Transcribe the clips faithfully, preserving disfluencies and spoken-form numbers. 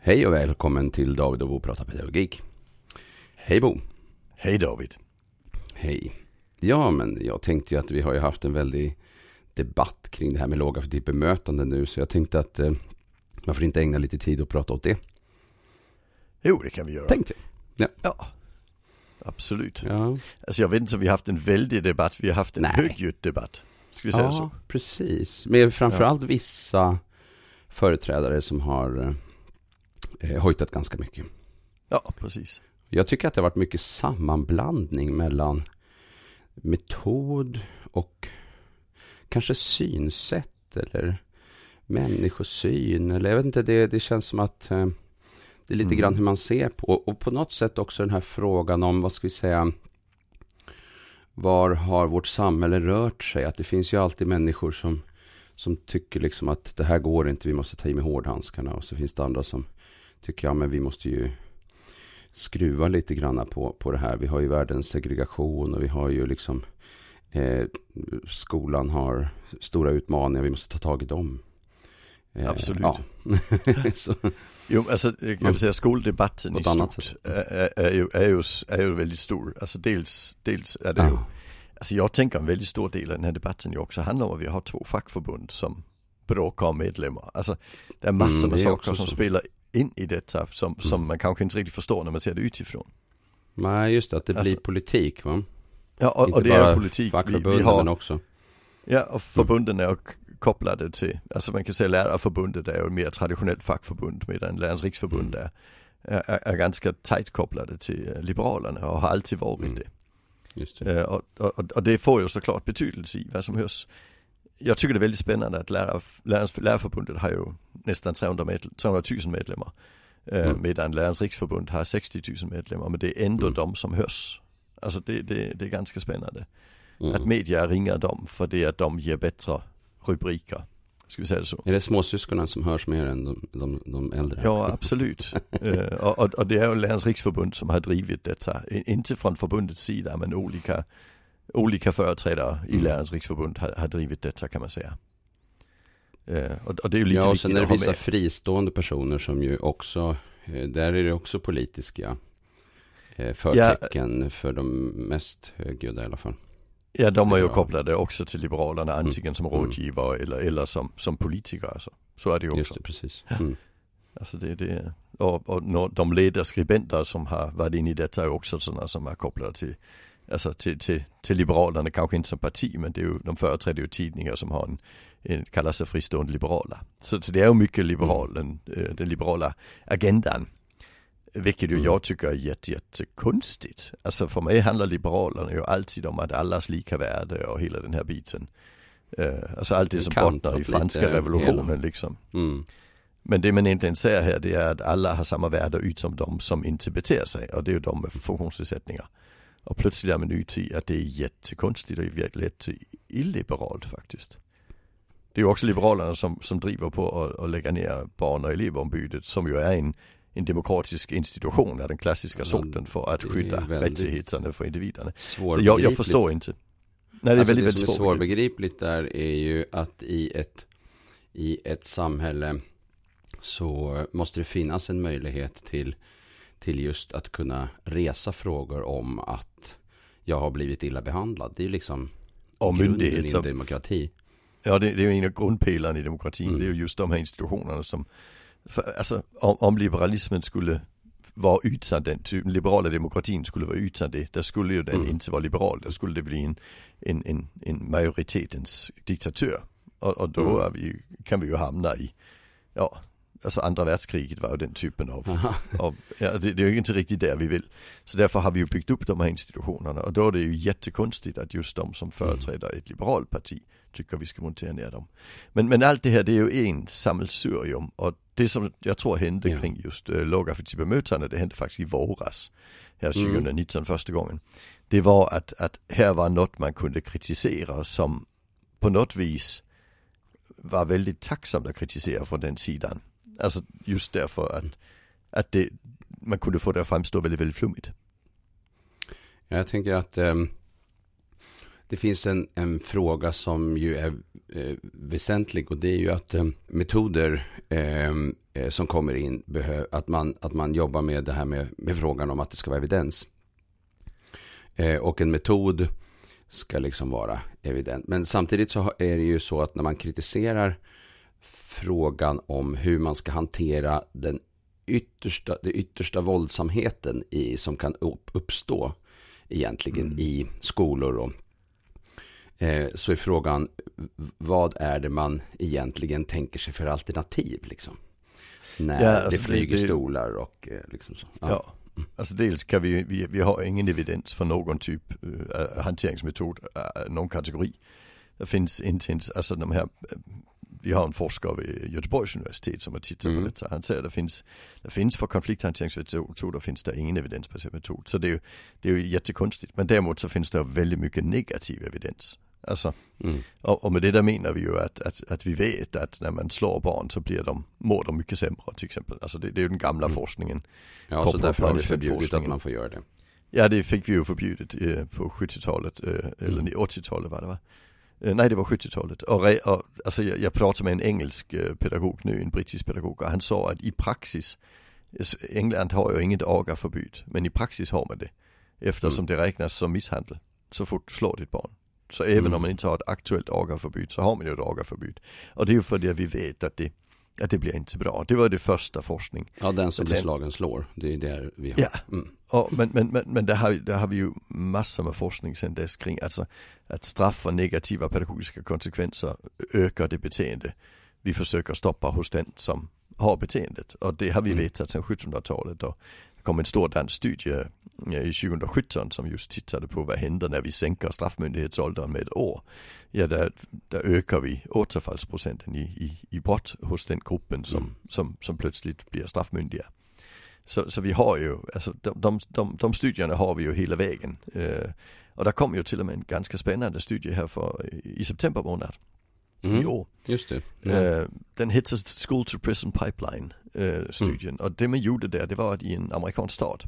Hej och välkommen till David och Bo pratar pedagogik. Hej Bo. Hej David. Hej. Ja, men jag tänkte ju att vi har ju haft en väldig debatt kring det här med lågaffektivt bemötande nu, så jag tänkte att eh, man får inte ägna lite tid att prata åt det. Jo, det kan vi göra. Tänkte jag. Ja. Ja, absolut. Ja. Alltså jag vet inte om vi har haft en väldig debatt, vi har haft en Nej. högljudd debatt. Ska vi säga Ja, så? precis. Men framförallt ja. vissa företrädare som har eh, hojtat ganska mycket. Ja, precis. Jag tycker att det har varit mycket sammanblandning mellan metod och kanske synsätt eller människosyn. Eller jag vet inte, det, det känns som att eh, det är lite mm. grann hur man ser på. Och på något sätt också den här frågan om, vad ska vi säga, var har vårt samhälle rört sig? Att det finns ju alltid människor som, som tycker liksom att det här går inte, vi måste ta i med hårdhandskarna. Och så finns det andra som tycker, ja men vi måste ju skruva lite grann på, på det här. Vi har ju världens segregation och vi har ju liksom eh, skolan har stora utmaningar, vi måste ta tag i dem. Eh, Absolut. Ja. Så. Jo, alltså jag vill säga skoldebatten i stort sätt. är, är, ju, är, ju, är ju väldigt stor. Alltså dels, dels är det ja. ju, alltså jag tänker en väldigt stor del av den här debatten ju också handlar om att vi har två fackförbund som bråkar om medlemmar. Alltså det är massor mm, med saker som så. spelar in i detta som, som mm. man kanske inte riktigt förstår när man ser det utifrån. Nej, just det, att det alltså, blir politik, va? Ja, och, inte och det är politik. Fackförbunden, vi, vi har, men också. Ja, och förbunden är kopplade till, alltså man kan säga lärarförbundet är ju mer traditionellt fackförbund, medan Lärarnas riksförbund är, är, är ganska tajt kopplade till Liberalerna och har alltid varit mm. det. Just det. Och, och, och det får ju såklart betydelse i vad som hörs. Jag tycker det är väldigt spännande att lärar, lärarnas, lärarförbundet har ju nästan trehundratusen medlemmar. Mm. Medan Lärarnas riksförbund har sextio tusen medlemmar, men det är ändå mm. de som hörs. Alltså det, det, det är ganska spännande. Mm. Att media ringer dem för det att de ger bättre rubriker. Ska vi säga det så? Är det småsyskonen som hörs mer än de, de, de äldre? Ja, absolut. uh, och, och det är ju Lärarnas riksförbund som har drivit detta. Inte från förbundets sida, men olika, olika företrädare i mm. Lärarnas riksförbund har, har drivit detta, kan man säga. Uh, och, och det är ju lite ja, och sen är det vissa med. fristående personer som ju också, där är det också politiska förtecken ja, för de mest högljudda i alla fall. Ja, de är ju kopplade också till Liberalerna, antingen mm. som rådgivare mm. eller, eller som, som politiker. Alltså. Så är det ju också. Just det, precis. Mm. Alltså det, det, och, och de ledarskribenter som har varit inne i detta är också sådana som är kopplade till, alltså till, till, till Liberalerna, kanske inte som parti, men det är ju, de företräder ju tidningar som har en, en kallar sig fristående liberala. Så, så det är ju mycket liberal, mm. den, den liberala agendan. Vilket ju mm. jag tycker är jätte, jätte konstigt. Alltså för mig handlar liberalerna ju alltid om att allas lika värde och hela den här biten. Uh, alltså allt det som bottnar i franska revolutionen hela. liksom. Mm. Men det man egentligen säger här, det är att alla har samma värde ut som de som inte beter sig. Och det är ju de med funktionsnedsättningar. Och plötsligt är man ute i att det är jättekonstigt och verkligen illiberalt faktiskt. Det är ju också liberalerna som, som driver på att, att lägga ner barn- och elevombudet, som ju är en en demokratisk institution av den klassiska sorten för att skydda rättigheterna för individerna. Så jag, jag förstår inte. Nej, det är alltså väldigt, det väldigt som är svårt. svårbegripligt där är ju att i ett, i ett samhälle så måste det finnas en möjlighet till, till just att kunna resa frågor om att jag har blivit illa behandlad. Det är ju liksom och grunden i en demokrati. Ja, det, det är ju en av grundpelarna i demokratin. Mm. Det är ju just de här institutionerna som för, alltså, om, om liberalismen skulle vara utsatt, den typ, liberala demokratin skulle vara utsatt det, där skulle ju den mm. inte vara liberal. Där skulle det bli en, en, en, en majoritetens diktatur. Och, och då mm. är vi, kan vi ju hamna i, ja, alltså andra världskriget var ju den typen av, av ja, det, det är ju inte riktigt där vi vill. Så därför har vi ju byggt upp de här institutionerna. Och då är det ju jättekonstigt att just de som företräder mm. ett liberalt parti tycker vi ska montera ner dem. Men, men allt det här, det är ju en sammelsurium. Och det som jag tror hände ja. kring just uh, lågaffektivt bemötande, det hände faktiskt i våras, här tjugonitton mm. första gången. Det var att, att här var något man kunde kritisera som på något vis var väldigt tacksamt att kritisera från den sidan. Alltså just därför att, att det, man kunde få det att framstå väldigt, väldigt flummigt. Jag tänker att um, det finns en, en fråga som ju är eh, väsentlig, och det är ju att eh, metoder eh, som kommer in, behö- att, man, att man jobbar med det här med, med frågan om att det ska vara evidens. Eh, och en metod ska liksom vara evident. Men samtidigt så är det ju så att när man kritiserar frågan om hur man ska hantera den yttersta, den yttersta våldsamheten i, som kan upp, uppstå egentligen mm. i skolor och eh, så är frågan, vad är det man egentligen tänker sig för alternativ liksom? När ja, alltså det flyger det, det, stolar och eh, liksom så. Ja. ja. Alltså dels kan vi, vi, vi har ingen evidens för någon typ uh, hanteringsmetod av någon kategori. Det finns inte ens, alltså de här, vi har en forskare vid Göteborgs universitet som har tittat mm. på det. Han säger att det finns, det finns för konflikthanteringsmetoder finns det ingen evidensbaserad metod. Så det är ju, det är ju jättekonstigt. Men däremot så finns det väldigt mycket negativ evidens. Alltså, mm. och, och med det där menar vi ju att, att, att vi vet att när man slår barn så blir de, mår de mycket sämre till exempel. Alltså det, det är ju den gamla mm. forskningen. Ja, så därför har det förbjudit att man får göra det. Ja, det fick vi ju förbjudet eh, på sjuttiotalet, eh, mm. eller åttiotalet var det va? Eh, nej, det var sjuttiotalet. Och, re, och alltså jag, jag pratade med en engelsk eh, pedagog nu, en brittisk pedagog, och han sa att i praxis, England har ju inget agaförbud, men i praxis har man det. Eftersom mm. det räknas som misshandel så fort du slår ditt barn. Så även mm. om man inte har ett aktuellt agaförbud så har man ju ett agaförbud. Och det är ju för det vi vet att det, att det blir inte bra. Det var det första forskning. Ja, den som blir slagen slår. Det är där vi har. Ja, mm. och, men, men, men, men där, har, där har vi ju massor med forskning sedan dess kring alltså, att straff och negativa pedagogiska konsekvenser ökar det beteende vi försöker stoppa hos den som har beteendet. Och det har vi mm. vetat sedan sjuttonhundratalet. Och det kom en stor dansk studie i tjugosjutton som just tittade på vad händer när vi sänker straffmyndighetsåldern med ett år. Ja, där, där ökar vi återfallsprocenten i, i, i brott hos den gruppen som, mm. som, som plötsligt blir straffmyndiga. Så, så vi har ju, alltså de, de, de, de studierna har vi ju hela vägen. Eh, och där kom ju till och med en ganska spännande studie här för, i september månad. Mm. I år. Just det. Mm. Uh, den heter School to Prison Pipeline uh, studien. Mm. Och det man gjorde där, det var att i en amerikansk stad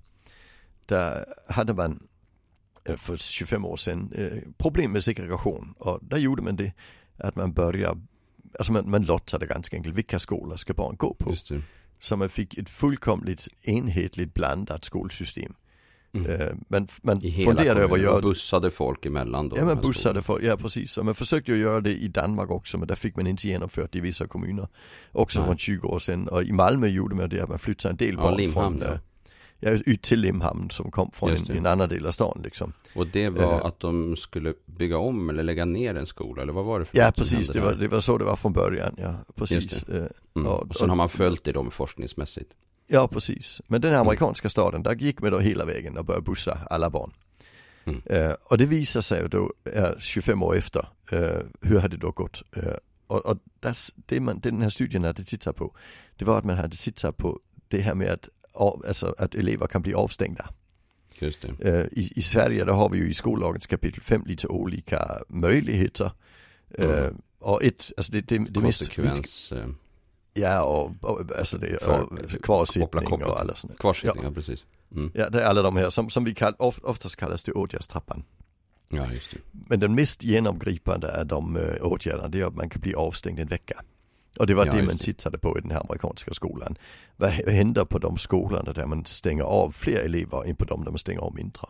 där hade man uh, för tjugofem år sedan uh, problem med segregation. Och där gjorde man det att man började, alltså man, man lottade ganska enkelt, vilka skolor ska barn gå på. Just det. Så man fick ett fullkomligt enhetligt blandat skolsystem. Mm. Men man funderade över att göra bussade folk emellan då. Ja, man bussade folk, ja precis. Och man försökte ju göra det i Danmark också, men där fick man inte genomfört i vissa kommuner. Också Nej. Från tjugo år sedan. Och i Malmö gjorde man det att man flyttade en del barn ja, från ja. Ja, ut till Limhamn som kom från en, en annan del av stan liksom. Och det var uh, att de skulle bygga om eller lägga ner en skola, eller vad var det för? Ja, precis, det var, det var så det var från början, ja, precis. Mm. Och, och sen har man följt det då forskningsmässigt. Ja, precis. Men den här amerikanska staden, där gick man då hela vägen och började bussa alla barn. Mm. Uh, och det visar sig då uh, tjugofem år efter, uh, hur hade det då gått? Uh, och och das, det, man, det den här studien hade tittat på, det var att man hade tittat på det här med att, alltså, att elever kan bli avstängda. Just det. Uh, i, I Sverige där har vi ju i skollagens kapitel fem lite olika möjligheter. Uh, mm. Och ett, alltså det, det, det konsekvens... mest... Ja, och, och alltså det och kvarsittning och alla sådana. Kvarsittning, ja, ja precis. Mm. Ja, det är alla de här som, som vi kall, of, oftast kallas det åtgärdstrappan. Ja, just det. Men den mest genomgripande är de uh, åtgärderna, det är att man kan bli avstängd en vecka. Och det var ja, det man tittade på i den här amerikanska skolan. Vad händer på de skolorna där man stänger av fler elever än på de där man stänger av mindre?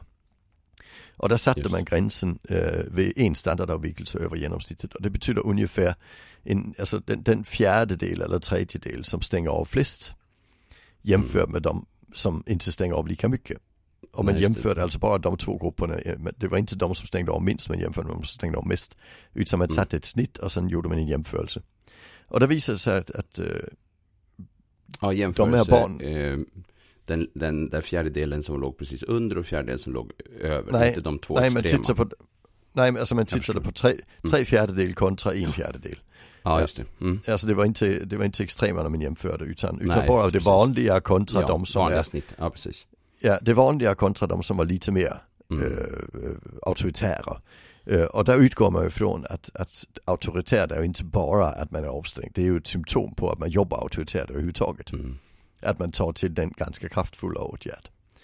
Och där satte Just. man gränsen eh, vid en standardavvikelse över genomsnittet. Och det betyder ungefär en, alltså den, den fjärdedel eller tredjedel som stänger av flest jämfört med de som inte stänger av lika mycket. Och man jämförde alltså bara de två grupperna. Det var inte de som stängde av minst, men jämförde med de som stängde av mest. Utan man satte ett snitt och sen gjorde man en jämförelse. Och det visade sig att, att ja, jämförelse, de här barn... Eh, den, den där fjärdedelen som låg precis under och fjärdedelen som låg över. Nej, inte de två nej, extrema. Man på, nej, men alltså man tittade på tre, tre fjärdedel kontra en fjärdedel. Ja, just det. Mm. Alltså det var inte, det var inte extrema när man jämförde, utan, utan nej, bara det vanliga kontra ja, de som vanliga är... snitt, ja precis. Ja, det vanliga kontra de som var lite mer mm. äh, auktoritära. Uh, och där utgår man ifrån att, att auktoritärt är ju inte bara att man är avstängd. Det är ju ett symptom på att man jobbar auktoritärt överhuvudtaget. Mm. Att man tar till den ganska kraftfulla åtgärd.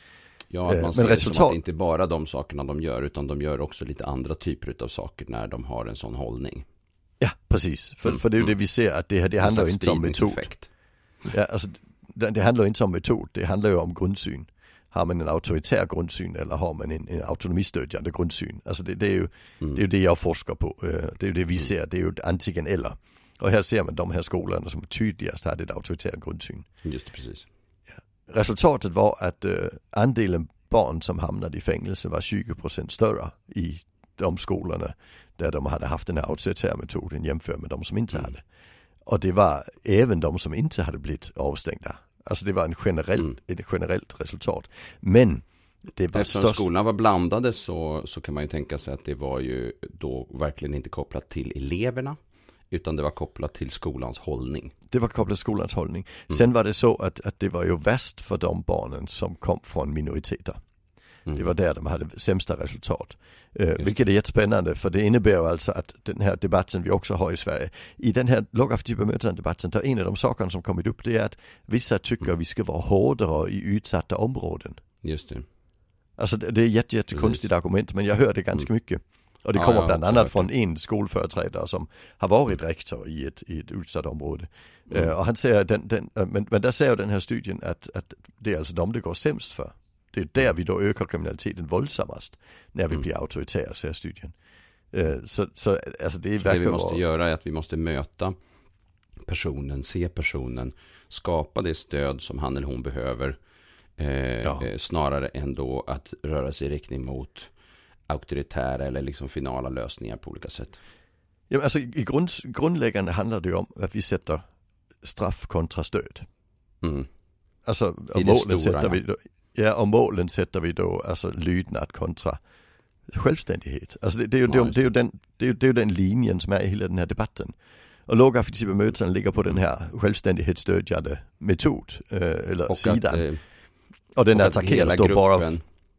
Ja, att man men ser resultat... som att det inte bara de sakerna de gör, utan de gör också lite andra typer av saker när de har en sån hållning. Ja, precis. För, mm. för det är ju det vi ser, att det, det handlar ju inte om metod. Ja, alltså, det, det handlar ju inte om metod, det handlar ju om grundsyn. Har man en auktoritär grundsyn eller har man en, en autonomistödjande grundsyn? Alltså det, det, är ju, mm. det är ju det jag forskar på. Det är ju det vi ser, det är ju antingen eller. Och här ser man de här skolorna som tydligast hade ett auktoritär grundsyn. Just det, precis. Ja. Resultatet var att uh, andelen barn som hamnade i fängelse var tjugo procent större i de skolorna där de hade haft den här auktoritära metoden jämfört med de som inte mm. hade. Och det var även de som inte hade blivit avstängda. Alltså det var en generell, mm. ett generellt resultat. Men det var eftersom störst... skolan var blandade så, så kan man ju tänka sig att det var ju då verkligen inte kopplat till eleverna, utan det var kopplat till skolans hållning. Det var kopplat till skolans hållning. Mm. Sen var det så att, att det var ju värst för de barnen som kom från minoriteter. Mm. Det var där de hade sämsta resultat. Uh, vilket är jättespännande, för det innebär alltså att den här debatten vi också har i Sverige, i den här lågaffektiva bemötandedebatten, där en av de sakerna som kommit upp, det är att vissa tycker mm. vi ska vara hårdare i utsatta områden. Just det. Alltså det är ett jätte, jättekonstigt argument, men jag hör det ganska mm. mycket. Och det kommer ja, ja, bland annat från en skolföreträdare som har varit rektor i ett, i ett utsatt område. Mm. Uh, och han säger, den, den, uh, men, men där säger den här studien att, att det är alltså de det går sämst för. Det är där vi då ökar kriminaliteten våldsammast när vi mm. blir auktoritära, säger studien. Uh, så, så alltså det är verkligen... Det vi måste göra är att vi måste möta personen, se personen, skapa det stöd som han eller hon behöver, eh, ja. eh, snarare än då att röra sig i riktning mot auktoritära eller liksom finala lösningar på olika sätt. Ja, alltså i grund, grundläggande handlar det ju om att vi sätter straff kontra stöd. Mm. Alltså om målen sätter ja. vi då, ja, om målen sätter vi då alltså lydnad kontra självständighet. Alltså det, det, är ju, det, det, är ju den, det, är ju, det är ju den linjen som är i hela den här debatten. Och lågaffektiva möten ligger på den här självständighetsstödjande metod eh, eller och sidan. Att, eh, och den attackeras då bara...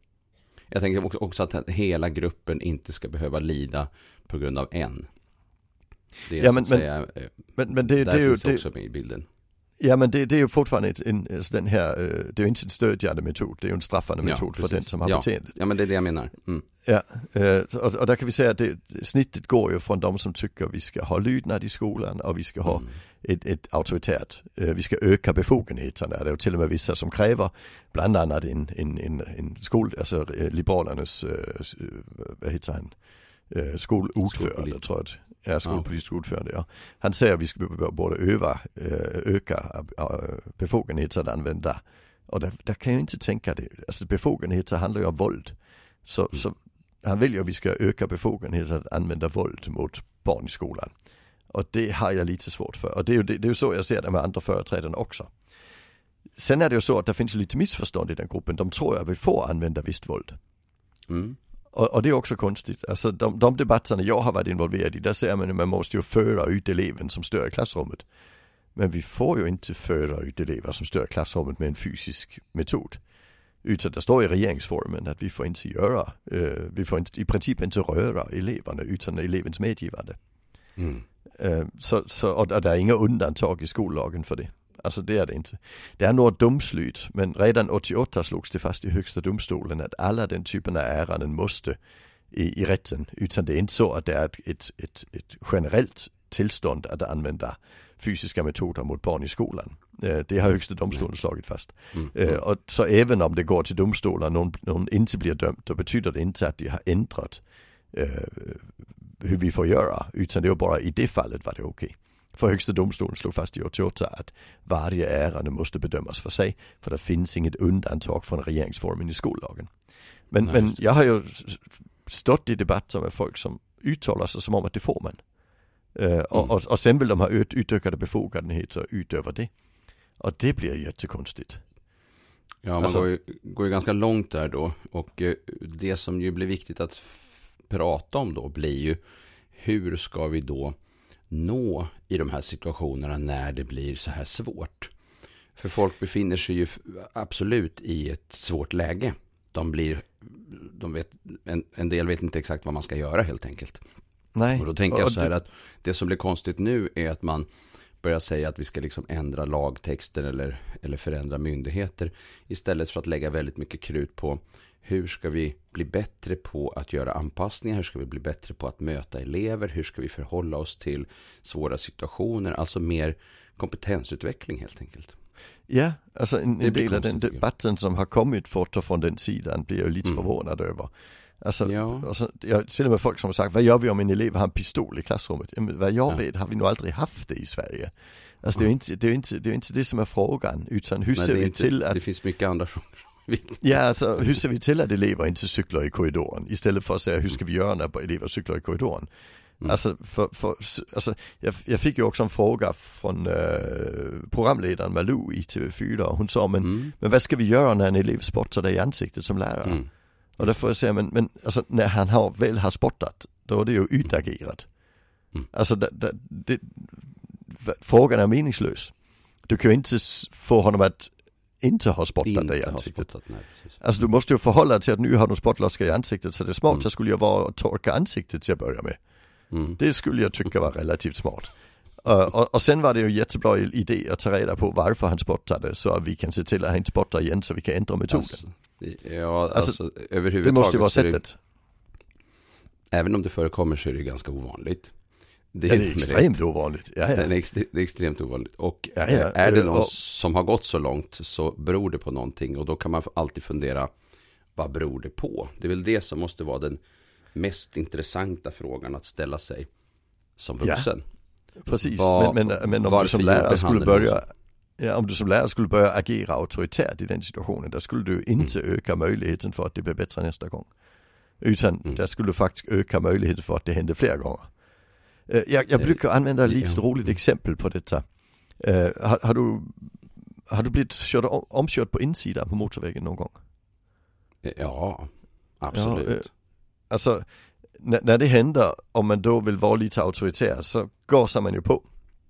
Jag tänker också att hela gruppen inte ska behöva lida på grund av en. Det är ja, men, så att säga, men, men det, där det är finns ju, också det, med i bilden. Ja, men det, det är ju fortfarande en, alltså den här, det är ju inte en stödjande metod, det är ju en straffande ja, metod precis. för den som har ja. beteendet. Ja, men det är det jag menar. Mm. Ja, och, och där kan vi säga att det, snittet går ju från de som tycker vi ska ha lydnad i skolan och vi ska ha mm. ett, ett auktoritärt, vi ska öka befogenheterna. Det är ju till och med vissa som kräver bland annat en, en, en, en skol, alltså liberalernas, vad heter han, skolordförande tror jag. Ja, skolpolitisk ordförande, ja. Han säger att vi ska både öva, öka befogenheter att använda. Och där, där kan jag inte tänka det. Alltså befogenheter handlar ju om våld. Så, mm. så han vill ju att vi ska öka befogenheter att använda våld mot barn i skolan. Och det har jag lite svårt för. Och det är ju, det, det är ju så jag ser det med andra företrädarna också. Sen är det ju så att det finns lite missförstånd i den gruppen. De tror att vi får använda visst våld. Mm. Och, och det är också konstigt. Alltså de, de debatterna jag har varit involverad i, där ser man att man måste ju föra ut eleven som stör i klassrummet. Men vi får ju inte föra ut elever som stör klassrummet med en fysisk metod. Utan det står i regeringsformen att vi får inte göra, uh, vi får inte, i princip inte röra eleverna utan elevens medgivande. Mm. Uh, så, så, och, och det är inga undantag i skollagen för det. Alltså det är det inte. Det är några domslut, men redan åttioåtta slogs det fast i högsta domstolen att alla den typen av ärenden måste i, i rätten. Utan det är inte så att det är ett, ett, ett, ett generellt tillstånd att använda fysiska metoder mot barn i skolan. Det har högsta domstolen slagit fast. Mm. Mm. Och så även om det går till domstolen och någon, någon inte blir dömd, då betyder det inte att de har ändrat eh, hur vi får göra. Utan det var bara i det fallet var det okej. Okay. För högsta domstolen slog fast i åttioåtta att varje ärende måste bedömas för sig. För det finns inget undantag från regeringsformen i skollagen. Men, Nej, men jag har ju stått i debatter med folk som uttalar sig som om att det får man. Uh, mm. och, och, och sen vill de ha ut, utökade befogenheter utöver det. Och det blir jättekonstigt. Ja, man alltså, går, ju, går ju ganska långt där då. Och uh, det som ju blir viktigt att f- prata om då blir ju hur ska vi då nå i de här situationerna när det blir så här svårt. För folk befinner sig ju absolut i ett svårt läge. De blir, de vet, en, en del vet inte exakt vad man ska göra helt enkelt. Nej. Och då tänker jag så här att det som blir konstigt nu är att man börja säga att vi ska liksom ändra lagtexter eller, eller förändra myndigheter, istället för att lägga väldigt mycket krut på hur ska vi bli bättre på att göra anpassningar, hur ska vi bli bättre på att möta elever, hur ska vi förhålla oss till svåra situationer, alltså mer kompetensutveckling helt enkelt. Ja, alltså en, en del av den debatten som har kommit fort från den sidan blir jag ju lite mm. förvånad över. Alltså, ja. alltså, jag ser med folk som har sagt, vad gör vi om en elev har en pistol i klassrummet? Ja, men vad jag ja. vet har vi nog aldrig haft det i Sverige. Alltså det är ju inte det, är inte, det, är inte det som är frågan, utan hur Nej, ser vi inte, till att... Det finns mycket andra frågor. Ja, alltså hur ser vi till att elever inte cyklar i korridoren? Istället för att säga, hur ska vi göra när elever cyklar i korridoren? Mm. Alltså, för, för, alltså jag, jag fick ju också en fråga från eh, programledaren Malou i T V fyra. Hon sa, men, mm. men vad ska vi göra när en elev spottar dig i ansiktet som lärare? Mm. Och då får jag säga, men, men alltså, när han har, väl har spottat, då är det ju utagerat. Mm. Alltså det, det, det, frågan är meningslös. Du kan ju inte få honom att inte ha spottat dig i ansiktet. Spottat, nej, alltså du måste ju förhålla dig till att nu har du spottloska i ansiktet, så det smart mm. så skulle jag vara att torka ansiktet till att börja med. Mm. Det skulle jag tycka var relativt smart. Uh, och, och sen var det ju en jättebra idé att ta reda på varför han spottade, så att vi kan se till att han inte spottar igen, så vi kan ändra metoden. Alltså, ja, alltså, alltså överhuvudtaget. Det måste ju vara sättet. Det, även om det förekommer så är det ganska ovanligt. Det är, ja, det är extremt direkt. ovanligt. Ja, ja. Det, är extre, det är extremt ovanligt. Och ja, ja. är det någon och, som har gått så långt, så beror det på någonting. Och då kan man alltid fundera, vad beror det på? Det är väl det som måste vara den mest intressanta frågan att ställa sig som vuxen. Ja, precis. Var, men, men, men om du som lärare skulle börja ja, om du som lärare skulle börja agera auktoritärt i den situationen, där skulle du inte mm. öka möjligheten för att det blir bättre nästa gång. Utan mm. där skulle du faktiskt öka möjligheten för att det händer fler gånger. Uh, jag, jag brukar använda ett lite roligt exempel på detta. Uh, har, har, du, har du blivit körd, omkörd på insidan på motorvägen någon gång? Ja, absolut. Ja, uh, alltså, när, när det händer, om man då vill vara lite auktoritär, så gasar man ju på.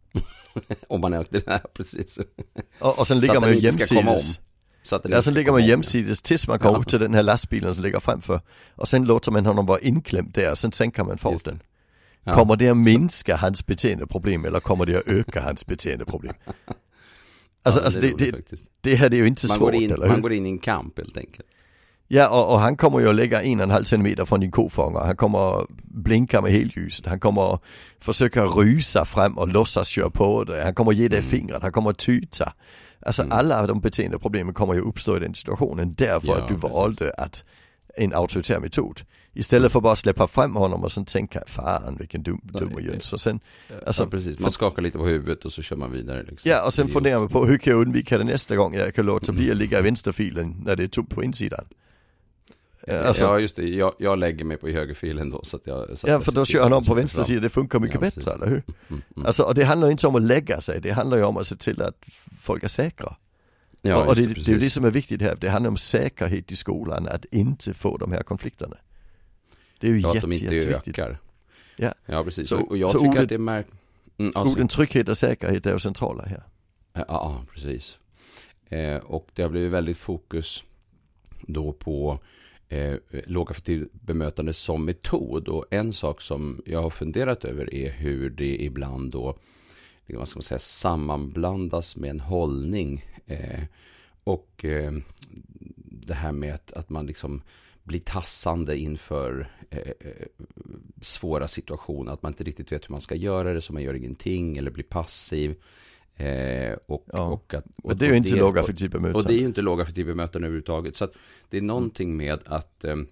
Om man är det här, precis. Och, och sen ligger man ju jämsides. Så att ja, sen ligger man jämsides tills man kommer ja. till den här lastbilen som ligger framför. Och sen låter man honom vara inklämd där, sen sänker man farten. Ja. Kommer det att minska hans beteendeproblem, eller kommer det att öka hans beteendeproblem? Alltså, ja, alltså det, det, det, det här är ju inte man svårt. Går in, eller man går in i en kamp helt enkelt. Ja, och, och han kommer ju att lägga en och en halv centimeter från din kofångare. Han kommer att blinka med helljuset. Han kommer att försöka rusa fram och låtsas köra på det. Han kommer att ge dig mm. fingret. Han kommer att tyta. Alltså mm. alla de beteendeproblemen kommer ju uppstå i den situationen. Därför ja, att du precis. valde att en auktoritär metod. Istället för bara släppa fram honom och sen tänka, fan vilken dum, dum och jöns. Och sen, alltså, ja, precis. Man skakar lite på huvudet och så kör man vidare. Liksom. Ja, och sen funderar man på, hur kan jag undvika det nästa gång? Jag kan låta bli att ligga i vänsterfilen när det är tomt på insidan. Alltså, ja just det, jag, jag lägger mig på högerfilen då så att jag så att ja, för då kör han om på vänster sida, det funkar mycket ja, bättre, eller hur? Mm, mm. Alltså, och det handlar ju inte om att lägga sig, det handlar ju om att se till att folk är säkra. Ja, och, och det, det, det är ju det som är viktigt här, det handlar om säkerhet i skolan, att inte få de här konflikterna. Det är ju ja, jätte, att de inte jätteviktigt. Ökar. Ja. Ja, precis. Så, och jag tycker ordet, att det är märk... Mm, alltså. Orden trygghet och säkerhet är ju centrala här. Ja, ja precis. Eh, och det har blivit väldigt fokus då på Eh, lågaffektivt bemötande som metod, och en sak som jag har funderat över är hur det ibland då, vad ska man säga, sammanblandas med en hållning eh, och eh, det här med att, att man liksom blir tassande inför eh, svåra situationer, att man inte riktigt vet hur man ska göra det, så man gör ingenting eller blir passiv. Eh, och, ja. och att, och, men det är ju inte lågaffektivt bemötande. Och det är ju inte lågaffektivt bemötande överhuvudtaget. Så att det är någonting med att eh,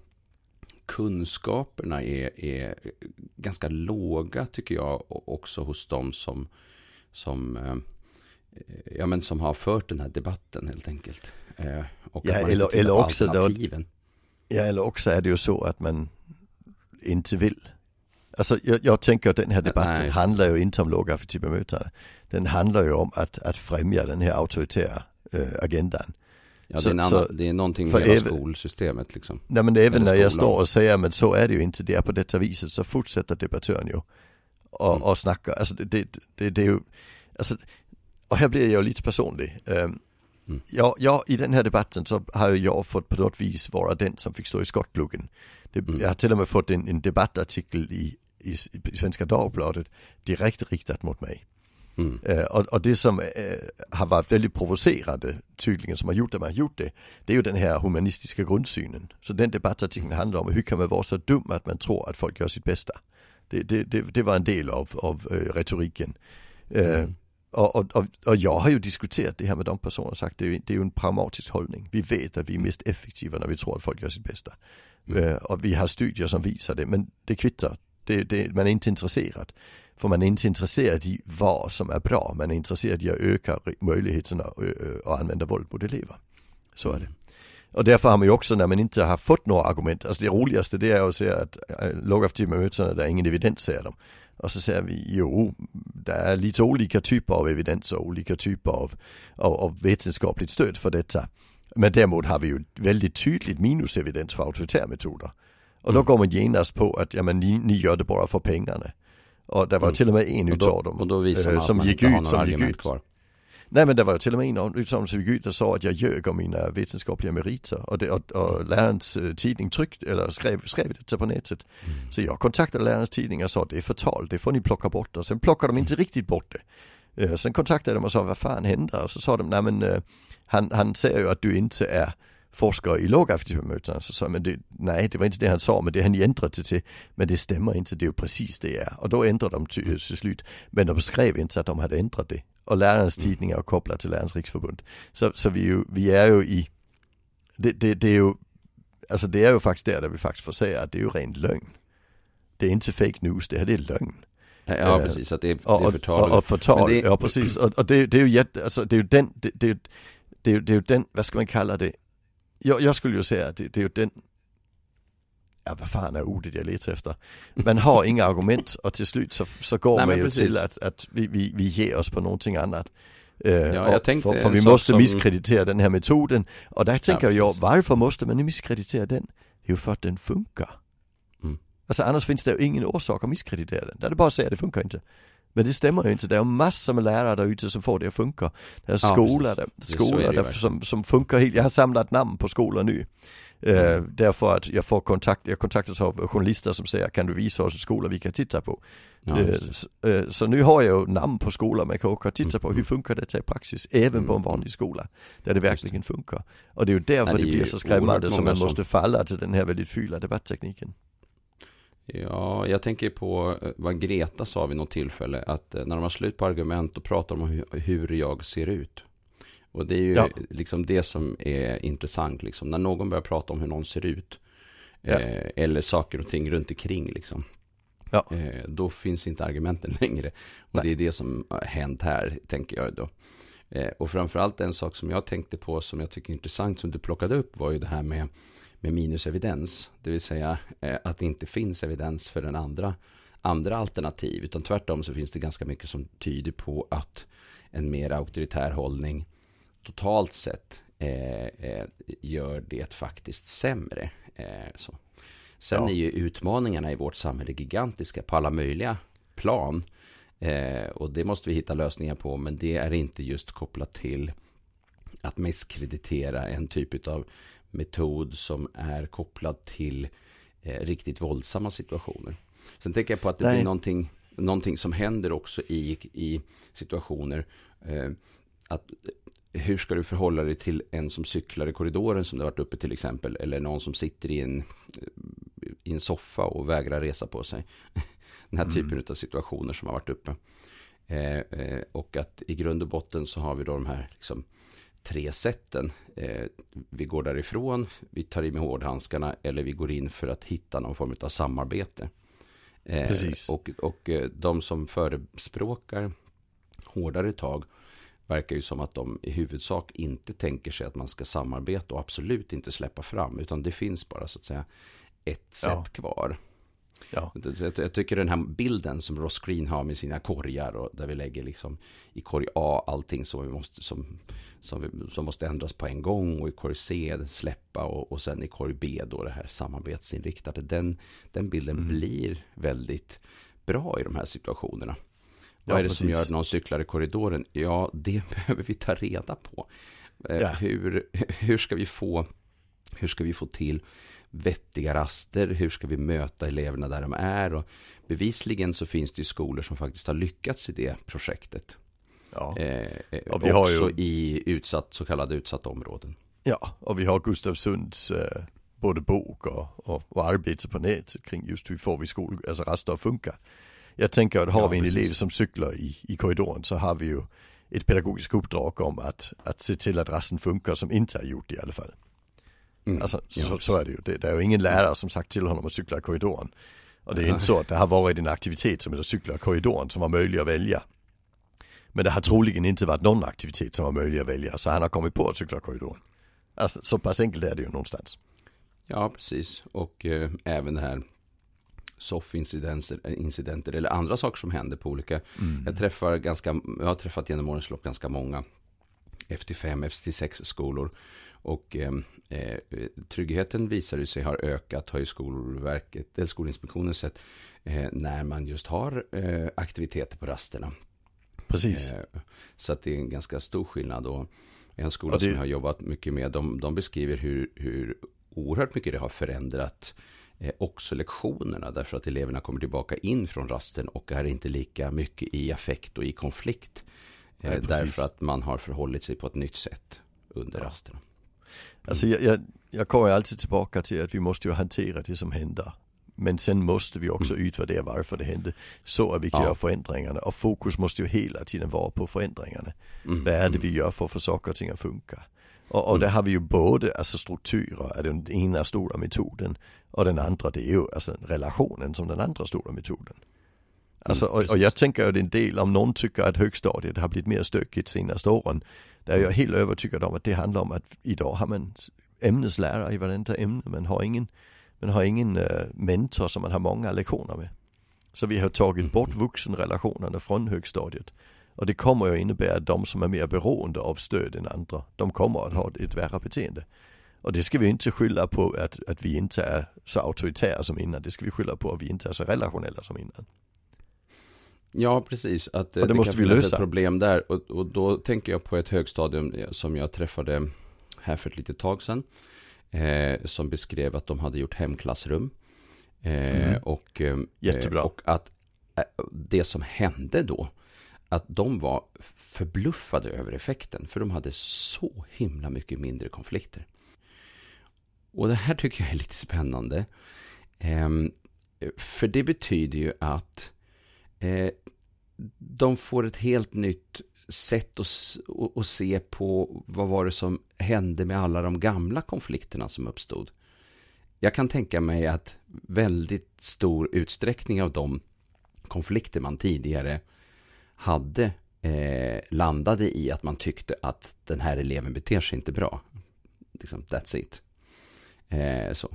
kunskaperna är, är ganska låga, tycker jag, också hos dem som, som, eh, ja, men som har fört den här debatten helt enkelt. Eh, och ja, eller, eller, också då, ja, eller också är det ju så att man inte vill. Alltså jag, jag tänker att den här debatten Nej. handlar ju inte om lågaffektivt bemötande. Den handlar ju om att, att främja den här auktoritära äh, agendan. Ja, så, det, är annan, så, det är någonting med hela skolsystemet liksom. Nej, men även när jag står och säger, men så är det ju inte, det är på detta viset, så fortsätter debattören ju och, mm. och snacka. Alltså det, det, det, det är ju, alltså, och här blir jag lite personlig. Um, mm. jag, jag, i den här debatten så har jag fått på något vis vara den som fick stå i skottgluggen. Det, mm. Jag har till och med fått en, en debattartikel i, i, i Svenska Dagbladet direkt riktat mot mig. Mm. Uh, och, och det som uh, har varit väldigt provocerande tydligen som har gjort att man har gjort det, det är ju den här humanistiska grundsynen. Så den debattartikeln handlar om hur kan man vara så dum att man tror att folk gör sitt bästa. Det, det, det, det var en del av, av uh, retoriken. Uh, mm. och, och, och, och jag har ju diskuterat det här med de personer och sagt det är, det är ju en pragmatisk hållning. Vi vet att vi är mest effektiva när vi tror att folk gör sitt bästa. Mm. Uh, och vi har studier som visar det, men det kvittar. Det, det, man är inte intresserad. För man är inte intresserad i vad som är bra. Man är intresserad i att öka möjligheterna att använda våld mot elever. Så är det. Och därför har man ju också, när man inte har fått några argument, alltså det roligaste det är att säga att lågaffektiva mötena, där är ingen evidens, säger de. Och så säger vi, jo, det är lite olika typer av evidens och olika typer av, av, av vetenskapligt stöd för detta. Men däremot har vi ju väldigt tydligt minusevidens för auktoritära metoder. Och då går man genast på att ja, men ni, ni gör det bara för pengarna. Och det var mm. till och med en utav dem och då visar man som att gick man ut som gick gick ut. Kvar. Nej, men det var till och med en av dem som gick ut och sa att jag ljög om mina vetenskapliga meriter och, det, och, och lärarens uh, tidning tryckt eller skrev, skrev det på nätet. Mm. Så jag kontaktade lärarens tidning och sa det är förtal, det får ni plocka bort. Och sen plockade de inte mm. riktigt bort det. Uh, sen kontaktade de och sa vad fan händer? Och så sa de, nej men uh, han, han säger ju att du inte är forskare i lågaffektiva möten. Så sa men det, nej, det var inte det han sa, men det han ändrade det till. Men det stämmer inte, det är ju precis det är. Och då ändrade de till, till slut. Men de skrev inte att de hade ändrat det. Och lärarens tidningar är kopplat till Lärarens Riksförbund. Så, så vi, ju, vi är ju i, det, det, det är ju, alltså det är ju faktiskt där, där vi faktiskt får säga att det är ju ren lögn. Det är inte fake news, det här det är lögn. Ja, precis, att det är, det är förtal. Och, och förtal, det... ja precis. Och, och det, det är ju jätte, alltså det är ju den, det, det, det, det är ju den, vad ska man kalla det? Jag, jag skulle ju säga att det, det är ju den, ja vad fan är ordet jag letar efter? Man har inga argument och till slut så, så går Nej, man ju precis. till att, att vi, vi, vi ger oss på någonting annat. Uh, ja, jag tänkte, för, för vi måste som... misskreditera den här metoden. Och där tänker ja, jag, varför måste man misskreditera den? Det är ju för att den funkar. Mm. Alltså annars finns det ju ingen orsak att misskreditera den. Där det bara säger att det funkar inte. Men det stämmer ju inte. Det är massor med lärare där ute som får det att funka. Det är skolor, ja, där, skolor där som, som funkar helt. Jag har samlat namn på skolor nu. Mm. Uh, därför att jag får kontakt, jag kontaktas av journalister som säger kan du visa oss skolor vi kan titta på. Ja, uh, så, uh, så nu har jag ju namn på skolor man kan åka och titta på hur funkar det i praxis även mm. på en vanlig skola där det verkligen funkar. Och det är ju därför Nej, det, det blir så skrämmande som man som... måste falla till den här väldigt fylla debatttekniken. Ja, jag tänker på vad Greta sa vid något tillfälle att när de har slut på argument och pratar om hur, hur jag ser ut. Och det är ju ja. liksom det som är intressant liksom. När någon börjar prata om hur någon ser ut ja. eh, eller saker och ting runt omkring liksom. Ja. Eh, då finns inte argumenten längre. Och Nej. det är det som har hänt här, tänker jag då. Eh, och framförallt en sak som jag tänkte på som jag tycker är intressant som du plockade upp var ju det här med, med minusevidens. Det vill säga eh, att det inte finns evidens för den andra, andra alternativ. Utan tvärtom så finns det ganska mycket som tyder på att en mer auktoritär hållning totalt sett eh, eh, gör det faktiskt sämre. Eh, så. Sen ja. är ju utmaningarna i vårt samhälle gigantiska på alla möjliga plan. Eh, och det måste vi hitta lösningar på. Men det är inte just kopplat till att misskreditera en typ av metod som är kopplad till eh, riktigt våldsamma situationer. Sen tänker jag på att det Nej. blir någonting, någonting som händer också i, i situationer eh, att hur ska du förhålla dig till en som cyklar i korridoren som det har varit uppe till exempel, eller någon som sitter i en, i en soffa och vägrar resa på sig. Den här mm. typen av situationer som har varit uppe. Eh, eh, och att i grund och botten så har vi då de här liksom, tre sätten. Eh, vi går därifrån, vi tar i med hårdhandskarna eller vi går in för att hitta någon form av samarbete. Eh, Precis. Och, och de som förespråkar hårdare tag verkar ju som att de i huvudsak inte tänker sig att man ska samarbeta och absolut inte släppa fram, utan det finns bara så att säga ett sätt ja. kvar. Ja. Jag tycker den här bilden som Ross Green har med sina korgar och där vi lägger liksom i korg A allting som, vi måste, som, som, vi, som måste ändras på en gång och i korg C släppa och, och sen i korg B då det här samarbetsinriktade. Den, den bilden mm. blir väldigt bra i de här situationerna. Vad ja, är det precis. som gör att någon cyklar i korridoren? Ja, det behöver vi ta reda på. Ja. Hur, hur, ska vi få, hur ska vi få till vettiga raster? Hur ska vi möta eleverna där de är? Och bevisligen så finns det ju skolor som faktiskt har lyckats i det projektet. Ja. Eh, och vi också har ju... i utsatt, så kallade utsatta områden. Ja, och vi har Gustav Sunds eh, både bok och, och, och arbete på nätet kring just hur får vi skol, alltså raster att funka. Jag tänker att har ja, vi en precis. elev som cyklar i, i korridoren så har vi ju ett pedagogiskt uppdrag om att, att se till att rasten funkar som inte har gjort det i alla fall. Mm. Alltså, ja, så, så är det ju. Det, det är ju ingen lärare som sagt till honom att cykla i korridoren. Och det är inte så att det har varit en aktivitet som heter cykla i korridoren som var möjlig att välja. Men det har troligen inte varit någon aktivitet som var möjlig att välja. Så han har kommit på att cykla i korridoren. Alltså, så pass enkelt är det ju någonstans. Ja, precis. Och eh, även det här soffincidenter incidenter, eller andra saker som händer på olika. Mm. Jag träffar ganska, jag har träffat genom årens lopp ganska många F T fem, F T sex skolor. Och eh, eh, tryggheten visar ju sig har ökat, har ju Skolverket, eller Skolinspektionen sett, eh, när man just har eh, aktiviteter på rasterna. Precis. Eh, så att det är en ganska stor skillnad. Och en skola det... som jag har jobbat mycket med, de, de beskriver hur, hur oerhört mycket det har förändrat eh, också lektionerna, därför att eleverna kommer tillbaka in från rasten och är inte lika mycket i affekt och i konflikt. Eh, Nej, därför att man har förhållit sig på ett nytt sätt under ja. rasterna. Alltså jag, jag, jag kommer alltid tillbaka till att vi måste ju hantera det som händer. Men sen måste vi också mm. utvärdera varför det hände. Så att vi kan ja. göra förändringarna. Och fokus måste ju hela tiden vara på förändringarna. Mm. Vad är det vi gör för att få saker och ting att funka? Och, och mm. där har vi ju både alltså strukturer, är den ena stora metoden. Och den andra, det är ju alltså relationen som den andra stora metoden. Alltså, mm, och, och jag tänker att det är en del, om någon tycker att högstadiet har blivit mer stökigt senaste åren. Där är jag helt övertygad om att det handlar om att idag har man ämneslärare i varenda ämne. Man har ingen, man har ingen uh, mentor som man har många lektioner med. Så vi har tagit bort vuxenrelationerna från högstadiet. Och det kommer ju innebära att de som är mer beroende av stöd än andra, de kommer att ha ett värre beteende. Och det ska vi inte skylla på att, att vi inte är så auktoritära som innan. Det ska vi skylla på att vi inte är så relationella som innan. Ja, precis. Att det, det måste kan vi lösa. Ett problem där. Och, och då tänker jag på ett högstadium som jag träffade här för ett litet tag sedan. Eh, som beskrev att de hade gjort hemklassrum. Eh, mm. och, eh, Jättebra. Och att eh, det som hände då, att de var förbluffade över effekten. För de hade så himla mycket mindre konflikter. Och det här tycker jag är lite spännande. Eh, för det betyder ju att Eh, de får ett helt nytt sätt att, att se på vad var det som hände med alla de gamla konflikterna som uppstod. Jag kan tänka mig att väldigt stor utsträckning av de konflikter man tidigare hade eh, landade i att man tyckte att den här eleven beter sig inte bra. Liksom, that's it. Eh, så.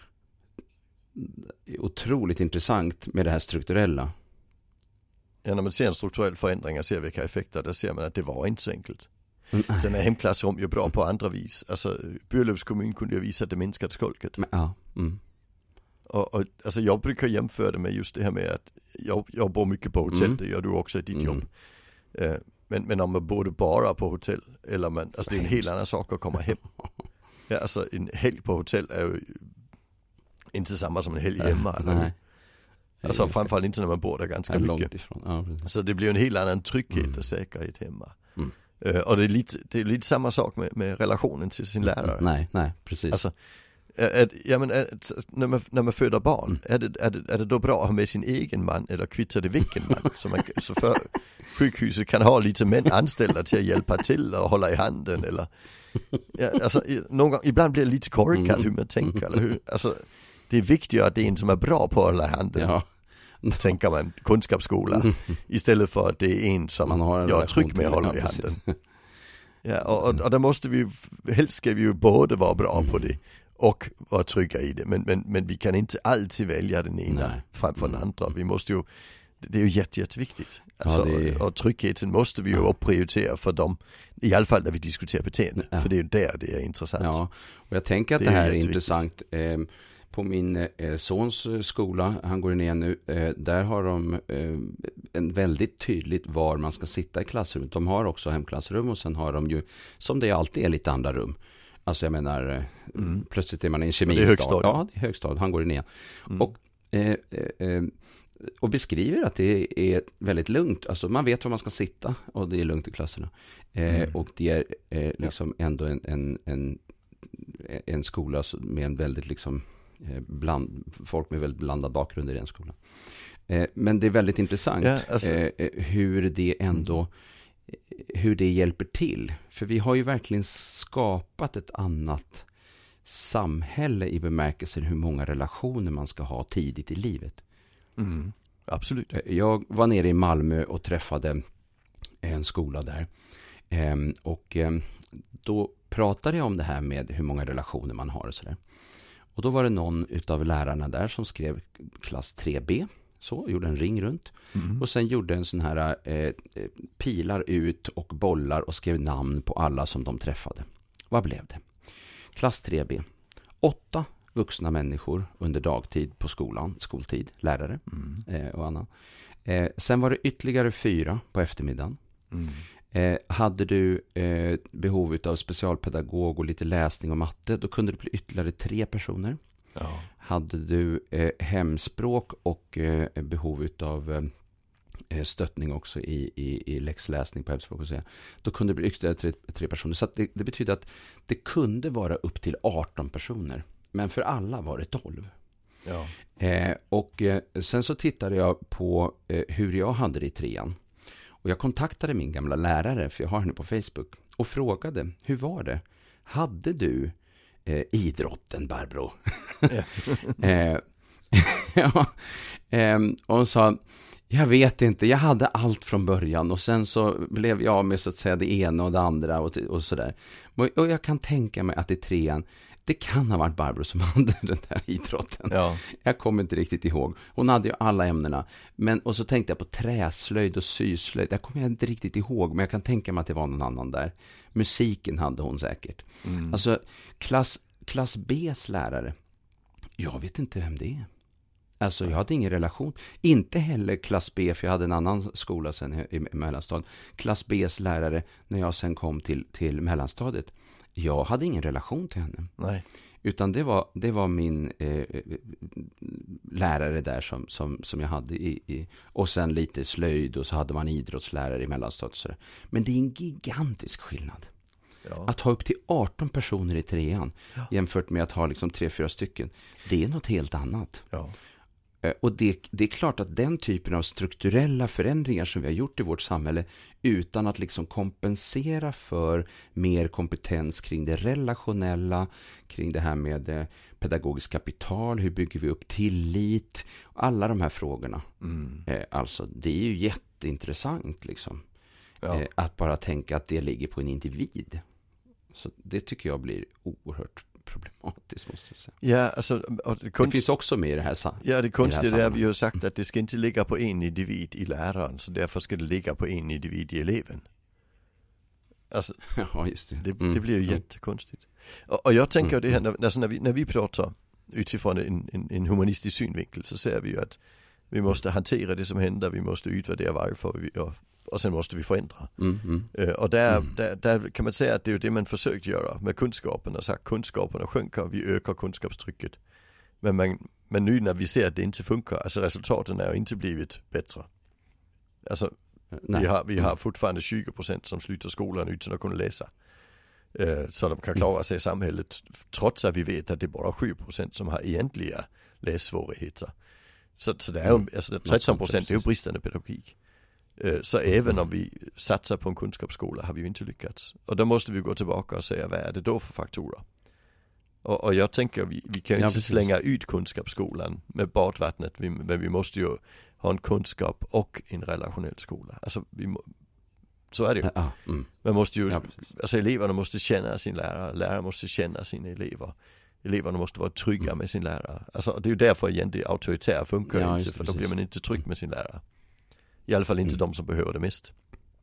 Otroligt intressant med det här strukturella. Ja, när man ser en strukturell förändring och ser vilka effekter, där ser man att det var inte så enkelt. Mm. Sen är hemklassrum ju bra på andra vis. Alltså, Björlövs kommun kunde ju visa att det minskade skolket. Men, ja. Mm. Och, och alltså jag brukar jämföra det med just det här med att jag, jag bor mycket på hotell, mm. det gör du också i ditt mm. jobb. Eh, men, men om man bor bara på hotell, eller man, alltså det är en helt annan sak att komma hem. Ja, alltså en helg på hotell är ju inte samma som en helg hemma. Eller? Nej. Alltså framförallt inte när man bor där ganska mycket. Ja, så det blir en helt annan trygghet mm. och säkerhet hemma. Mm. Uh, och det är, lite, det är lite samma sak med, med relationen till sin lärare. Mm. Nej, nej, precis. Alltså, är, är, ja, men är, när, man, när man föder barn, mm. är, det, är, det, är det då bra att ha med sin egen man eller kvittar det vilken man? så, man så för sjukhuset kan ha lite män anställda till att hjälpa till och hålla i handen. Eller, ja, alltså, någon gång, ibland blir det lite korkat mm. hur man tänker. Eller hur, alltså, det är viktigare att det är en som är bra på att hålla i handen. Ja. Tänker man, kunskapsskola. Mm. Istället för att det är en som man har en jag är trygg med att hålla i handen. Ja, och, och, och där måste vi, helst ska vi ju både vara bra mm. på det och vara trygga i det. Men, men, men vi kan inte alltid välja den ena Nej. framför den andra. Vi måste ju, det är ju jätte, jätteviktigt. Alltså, ja, är... Och tryggheten måste vi ju ja. upprioritera för dem. I alla fall när vi diskuterar beteende. Ja. För det är ju där det är intressant. Ja, och jag tänker att det, det här är, är intressant. Eh, På min eh, sons skola, han går ner nu, eh, där har de eh, en väldigt tydligt var man ska sitta i klassrummet. De har också hemklassrum och sen har de ju, som det alltid är, lite andra rum. Alltså jag menar, eh, mm. plötsligt är man i en kemistad. Det är högstad. Ja, det är högstad, han går ner. Mm. Och eh, eh, och beskriver att det är väldigt lugnt. Alltså man vet var man ska sitta och det är lugnt i klasserna. Eh, mm. Och det är eh, liksom ja. ändå en, en, en, en skola med en väldigt liksom eh, bland, folk med väldigt blandad bakgrund i den skolan. Eh, men det är väldigt intressant ja, alltså. eh, hur det ändå mm. hur det hjälper till. För vi har ju verkligen skapat ett annat samhälle i bemärkelsen hur många relationer man ska ha tidigt i livet. Mm, absolut. Jag var nere i Malmö och träffade en skola där. Ehm, och ehm, då pratade jag om det här med hur många relationer man har och sådär. Och då var det någon utav lärarna där som skrev klass tre B. Så, gjorde en ring runt. Mm. Och sen gjorde en sån här eh, pilar ut och bollar och skrev namn på alla som de träffade. Vad blev det? Klass tre B. Åtta vuxna människor under dagtid på skolan, skoltid, lärare mm. eh, och annan. Eh, sen var det ytterligare fyra på eftermiddagen. Mm. Eh, hade du eh, behov av specialpedagog och lite läsning och matte, då kunde det bli ytterligare tre personer. Ja. Hade du eh, hemspråk och eh, behov av eh, stöttning också i, i, i läxläsning på hemspråk och så, då kunde det bli ytterligare tre, tre personer. Så att det, det betyder att det kunde vara upp till arton personer. Men för alla var det tolv. Ja. Eh, och eh, sen så tittade jag på eh, hur jag hade det i trean. Och jag kontaktade min gamla lärare, för jag har henne på Facebook, och frågade, hur var det? Hade du eh, idrotten, Barbro? Ja. eh, ja, eh, och hon sa, jag vet inte, jag hade allt från början och sen så blev jag med så att säga det ena och det andra och, och sådär. Och, och jag kan tänka mig att i trean, det kan ha varit Barbro som hade den där idrotten. Ja. Jag kommer inte riktigt ihåg. Hon hade ju alla ämnena. Men, och så tänkte jag på träslöjd och syslöjd. Det kommer jag inte riktigt ihåg, men jag kan tänka mig att det var någon annan där. Musiken hade hon säkert. Mm. Alltså, klass, klass B:s lärare. Jag vet inte vem det är. Alltså, jag hade ingen relation. Inte heller klass B, för jag hade en annan skola sen i, i mellanstadiet. Klass B:s lärare, när jag sen kom till, till mellanstadiet. Jag hade ingen relation till henne. Nej. Utan det var, det var min eh, lärare där som, som, som jag hade i, i, och sen lite slöjd och så hade man idrottslärare i mellanstadiet. Men det är en gigantisk skillnad. Ja. Att ha upp till arton personer i trean ja. jämfört med att ha liksom tre, fyra stycken. Det är något helt annat. Ja. Och det, det är klart att den typen av strukturella förändringar som vi har gjort i vårt samhälle utan att liksom kompensera för mer kompetens kring det relationella, kring det här med pedagogiskt kapital, hur bygger vi upp tillit, alla de här frågorna. Mm. Alltså det är ju jätteintressant liksom. Ja. Att bara tänka att det ligger på en individ. Så det tycker jag blir oerhört problematiskt, måste jag säga. Ja, alltså, det, konst... det finns också med i det här sammanhanget. Ja, det konstiga är att vi har sagt att det ska inte ligga på en individ i läraren, så därför ska det ligga på en individ i eleven. Alltså, ja, just det. Det, mm. det blir ju jättekonstigt. Och, och jag tänker mm. det här, när, alltså när, vi, när vi pratar utifrån en, en, en humanistisk synvinkel, så säger vi ju att vi måste hantera det som händer, vi måste utvärdera varför vi, och, och sen måste vi förändra. Mm, mm. Uh, och där, mm. där, där kan man säga att det är ju det man försökt göra med kunskaperna. Så kunskaperna sjunker, vi ökar kunskapstrycket. Men, man, men nu när vi ser att det inte funkar, alltså resultaten har inte blivit bättre. Alltså, vi har, vi har fortfarande tjugo procent som slutar skolan utan att kunna läsa. Uh, så de kan klara sig i samhället, trots att vi vet att det är bara sju procent som har egentliga lässvårigheter. Så, så det är ju, alltså tretton procent är ju bristande pedagogik. Så även om vi satsar på en kunskapsskola har vi ju inte lyckats. Och då måste vi gå tillbaka och säga, vad är det då för faktorer? Och, och jag tänker, vi, vi kan ju ja, inte precis. slänga ut kunskapsskolan med badvattnet, vi, men vi måste ju ha en kunskap och en relationell skola. Alltså, vi må, så är det ju. Ja, mm. Man måste ju, ja, alltså eleverna måste känna sin lärare, lärare måste känna sina elever. Eleverna måste vara trygga mm. med sin lärare. Alltså, det är ju därför igen det auktoritära funkar ja, inte, för då blir man inte trygg med sin lärare. I alla fall inte mm. de som behöver det mest.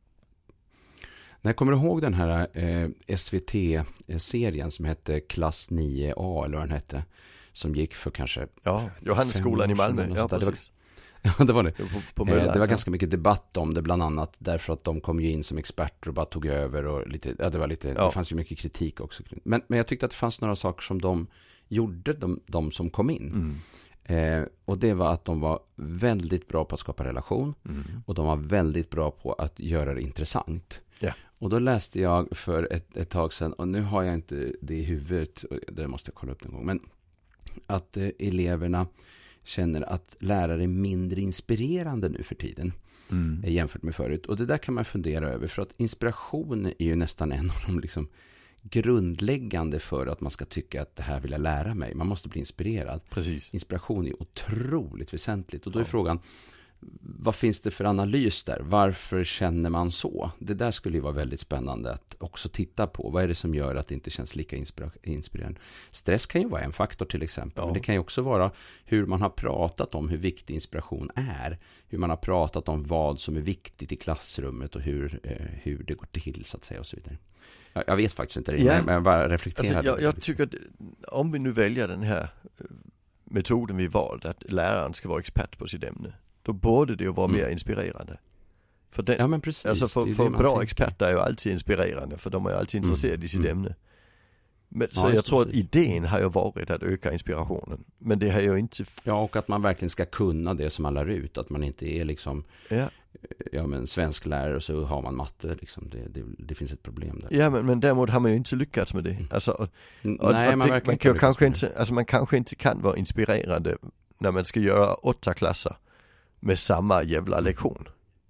När jag kommer ihåg den här eh, S V T-serien som hette Klass nio A, eller vad den hette, som gick för kanske ja, Johannesskolan i Malmö. Ja, det var, ja, det var det. På, på Möllan, eh, det var ja. ganska mycket debatt om det, bland annat därför att de kom ju in som experter och bara tog över och lite, ja, det var lite, ja. det fanns ju mycket kritik också. Men, men jag tyckte att det fanns några saker som de gjorde, de, de som kom in. Mm. Eh, och det var att de var väldigt bra på att skapa relation. Mm. Och de var väldigt bra på att göra det intressant. Ja. Och då läste jag för ett, ett tag sedan, och nu har jag inte det i huvudet, det måste jag kolla upp någon gång, men att eh, eleverna känner att lärare är mindre inspirerande nu för tiden mm. jämfört med förut. Och det där kan man fundera över, för att inspiration är ju nästan en av de liksom grundläggande för att man ska tycka att det här vill jag lära mig. Man måste bli inspirerad. Precis. Inspiration är otroligt väsentligt. Och då är ja. frågan, vad finns det för analys där? Varför känner man så? Det där skulle ju vara väldigt spännande att också titta på. Vad är det som gör att det inte känns lika inspira- inspirerande? Stress kan ju vara en faktor till exempel. Ja. Men det kan ju också vara hur man har pratat om hur viktig inspiration är. Hur man har pratat om vad som är viktigt i klassrummet och hur, eh, hur det går till så att säga och så vidare. Jag, jag vet faktiskt inte det, ja. men jag bara reflekterar. Alltså, jag, jag tycker att om vi nu väljer den här metoden vi valt, att läraren ska vara expert på sitt ämne, då borde det ju vara mm. mer inspirerande. För, den, ja, men precis, alltså för, för bra tänker. Experter är ju alltid inspirerande, för de är alltid intresserade mm. i sitt mm. ämne. Men, ja, så jag tror att idén har ju varit att öka inspirationen. Men det har ju inte... F- ja, och att man verkligen ska kunna det som man lär ut. Att man inte är liksom... Ja. Ja, men svensk lärare och så har man matte liksom. Det, det, det finns ett problem där. Ja, men, men däremot har man ju inte lyckats med det. Alltså, och, och, Nej, och man, det, man kan kanske inte, alltså man kanske inte kan vara inspirerande när man ska göra åtta klasser med samma jävla lektion.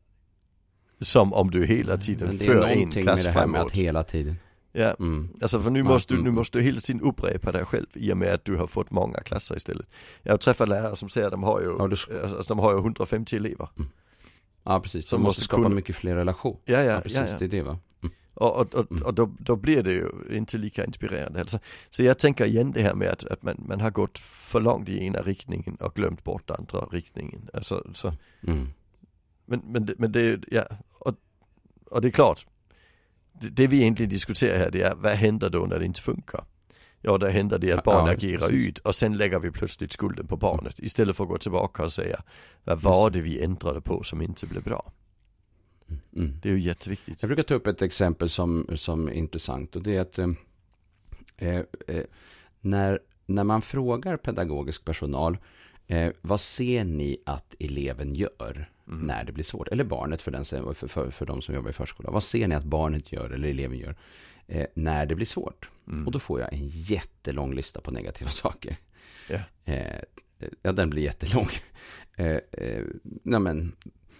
Som om du hela tiden för en klass med det här med att hela tiden. Ja, mm. alltså för nu måste, du, nu måste du hela tiden upprepa dig själv i och med att du har fått många klasser istället. Jag har träffat lärare som säger att de har ju, ja, du... alltså, de har ju hundrafemtio elever. Mm. Ja, precis. Så de måste skapa kunna... mycket fler relation. Ja, ja, ja precis, ja, ja. Det är det va? Mm. Och, och, och, och då, då blir det ju inte lika inspirerande. Alltså, så jag tänker igen det här med att, att man, man har gått för långt i ena riktningen och glömt bort andra riktningen. Alltså, så. Mm. Men, men, det, men det, ja, och, och det är klart, det, det vi egentligen diskuterar här, det är vad händer då när det inte funkar? Ja, det händer det att barn ja, agerar ut och sen lägger vi plötsligt skulden på barnet mm. istället för att gå tillbaka och säga vad var det vi ändrade på som inte blev bra? Mm. Det är ju jätteviktigt. Jag brukar ta upp ett exempel som, som är intressant, och det är att eh, eh, när, när man frågar pedagogisk personal eh, vad ser ni att eleven gör mm. när det blir svårt? Eller barnet för, den, för, för, för de som jobbar i förskolan. Vad ser ni att barnet gör eller eleven gör eh, när det blir svårt? Mm. Och då får jag en jättelång lista på negativa saker. Yeah. Eh, ja, den blir jättelång. eh, eh, nej men...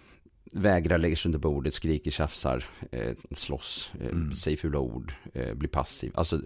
vägrar, lägger sig under bordet, skriker, tjafsar, eh, slåss, eh, mm. säger fula ord, eh, blir passiv, alltså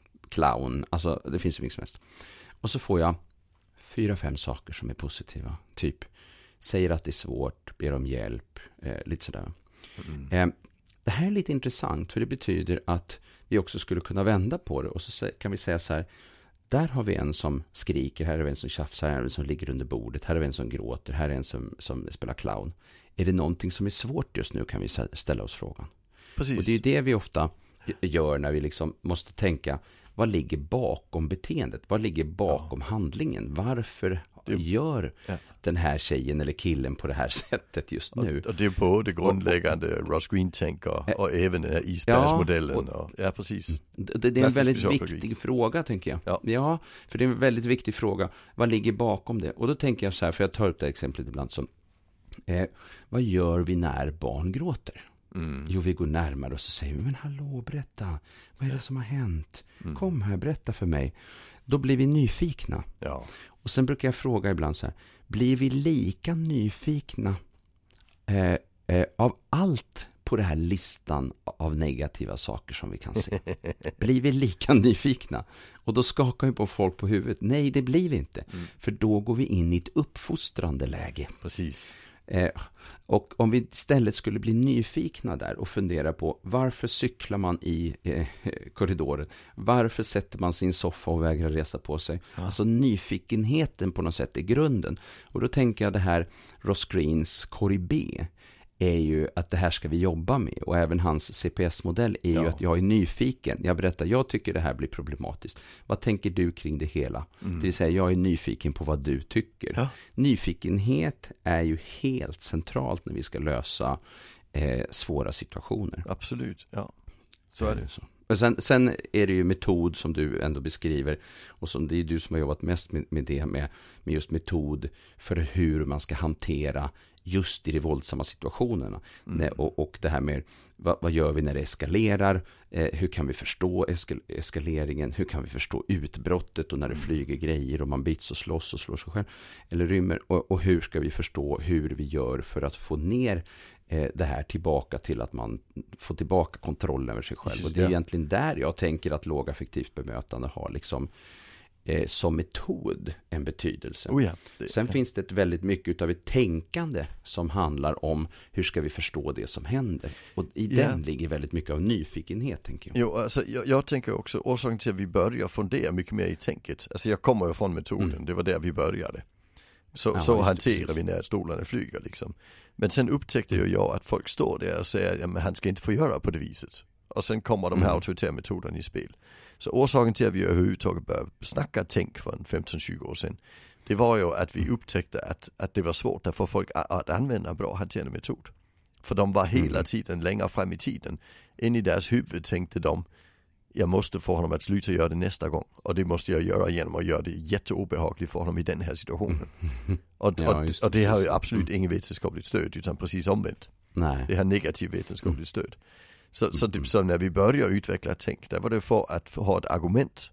clown, alltså det finns ju mycket som helst. Och så får jag fyra, fem saker som är positiva, typ säger att det är svårt, ber om hjälp, eh, lite sådär. Mm. Eh, det här är lite intressant, för det betyder att vi också skulle kunna vända på det, och så kan vi säga så här: där har vi en som skriker, här är en som tjafsar, här är en som ligger under bordet, här är en som gråter, här är en som, som spelar clown. Är det någonting som är svårt just nu, kan vi ställa oss frågan. Precis. Och det är det vi ofta gör när vi liksom måste tänka, vad ligger bakom beteendet? Vad ligger bakom ja. handlingen? Varför det, gör ja. den här tjejen eller killen på det här sättet just nu? Och, och det är både grundläggande och, och, Ross Green-tänker och, och även den här isbergsmodellen. Ja, ja, precis. Det, det är en väldigt viktig fråga, tänker jag. Ja. ja, för det är en väldigt viktig fråga. Vad ligger bakom det? Och då tänker jag så här, för jag tar upp det exemplet ibland som Eh, vad gör vi när barn gråter? Mm. Jo, vi går närmare och så säger vi, men hallå, berätta. Vad är det som har hänt? Mm. Kom här, berätta för mig. Då blir vi nyfikna. Ja. Och sen brukar jag fråga ibland så här, blir vi lika nyfikna eh, eh, av allt på den här listan av negativa saker som vi kan se? Blir vi lika nyfikna? Och då skakar ju på folk på huvudet. Nej, det blir vi inte. Mm. För då går vi in i ett uppfostrande läge. Precis. Eh, och om vi istället skulle bli nyfikna där och fundera på varför cyklar man i eh, korridoren, varför sätter man sin soffa och vägrar resa på sig, ja. Alltså nyfikenheten på något sätt är grunden. Och då tänker jag det här Ross Greens Corey B är ju att det här ska vi jobba med, och även hans C P S-modell är ja. ju att jag är nyfiken. Jag berättar, jag tycker det här blir problematiskt. Vad tänker du kring det hela? Mm. Det vill säga, jag är nyfiken på vad du tycker. Ja. Nyfikenhet är ju helt centralt när vi ska lösa eh, svåra situationer. Absolut, ja. Så är det. Så. Och sen, sen är det ju metod som du ändå beskriver, och som det är du som har jobbat mest med, med det, med, med just metod för hur man ska hantera just i de våldsamma situationerna. Mm. Nej, och, och det här med vad, vad gör vi när det eskalerar? Eh, hur kan vi förstå eskal- eskaleringen? Hur kan vi förstå utbrottet och när det flyger grejer och man bits och slåss och slår sig själv eller rymmer? Och, och hur ska vi förstå hur vi gör för att få ner eh, det här tillbaka till att man får tillbaka kontrollen över sig själv? Och det är ja. egentligen där jag tänker att lågaffektivt bemötande har liksom Eh, som metod en betydelse. Oh ja, det, Sen ja. finns det ett väldigt mycket av ett tänkande som handlar om hur ska vi förstå det som händer. Och i ja. den ligger väldigt mycket av nyfikenhet, tänker jag. Jo, alltså, jag, jag tänker också, orsaken till att vi börjar fundera mycket mer i tänket. Alltså jag kommer ju från metoden, mm. det var där vi började. Så, ja, så hanterar vi när stolarna flyger liksom. Men sen upptäckte ju jag att folk står där och säger att han ska inte få göra på det viset. Och sen kommer de här mm. auktoritära metoderna i spel. Så orsaken till att vi överhuvudtaget började snacka tänk för femton tjugo år sedan, det var ju att vi upptäckte att, att det var svårt att få folk att, att använda en bra hanterande metod. För de var hela tiden längre fram i tiden. In i deras huvud tänkte de, jag måste få honom att sluta göra det nästa gång. Och det måste jag göra genom att göra det jätteobehagligt för honom i den här situationen. Och, ja, och, och det har ju absolut mm. ingen vetenskapligt stöd, utan precis omvänt. Nej. Det har negativ vetenskapligt mm. stöd. Så, så, det, så när vi börjar utveckla tänk, där var det för att ha ett argument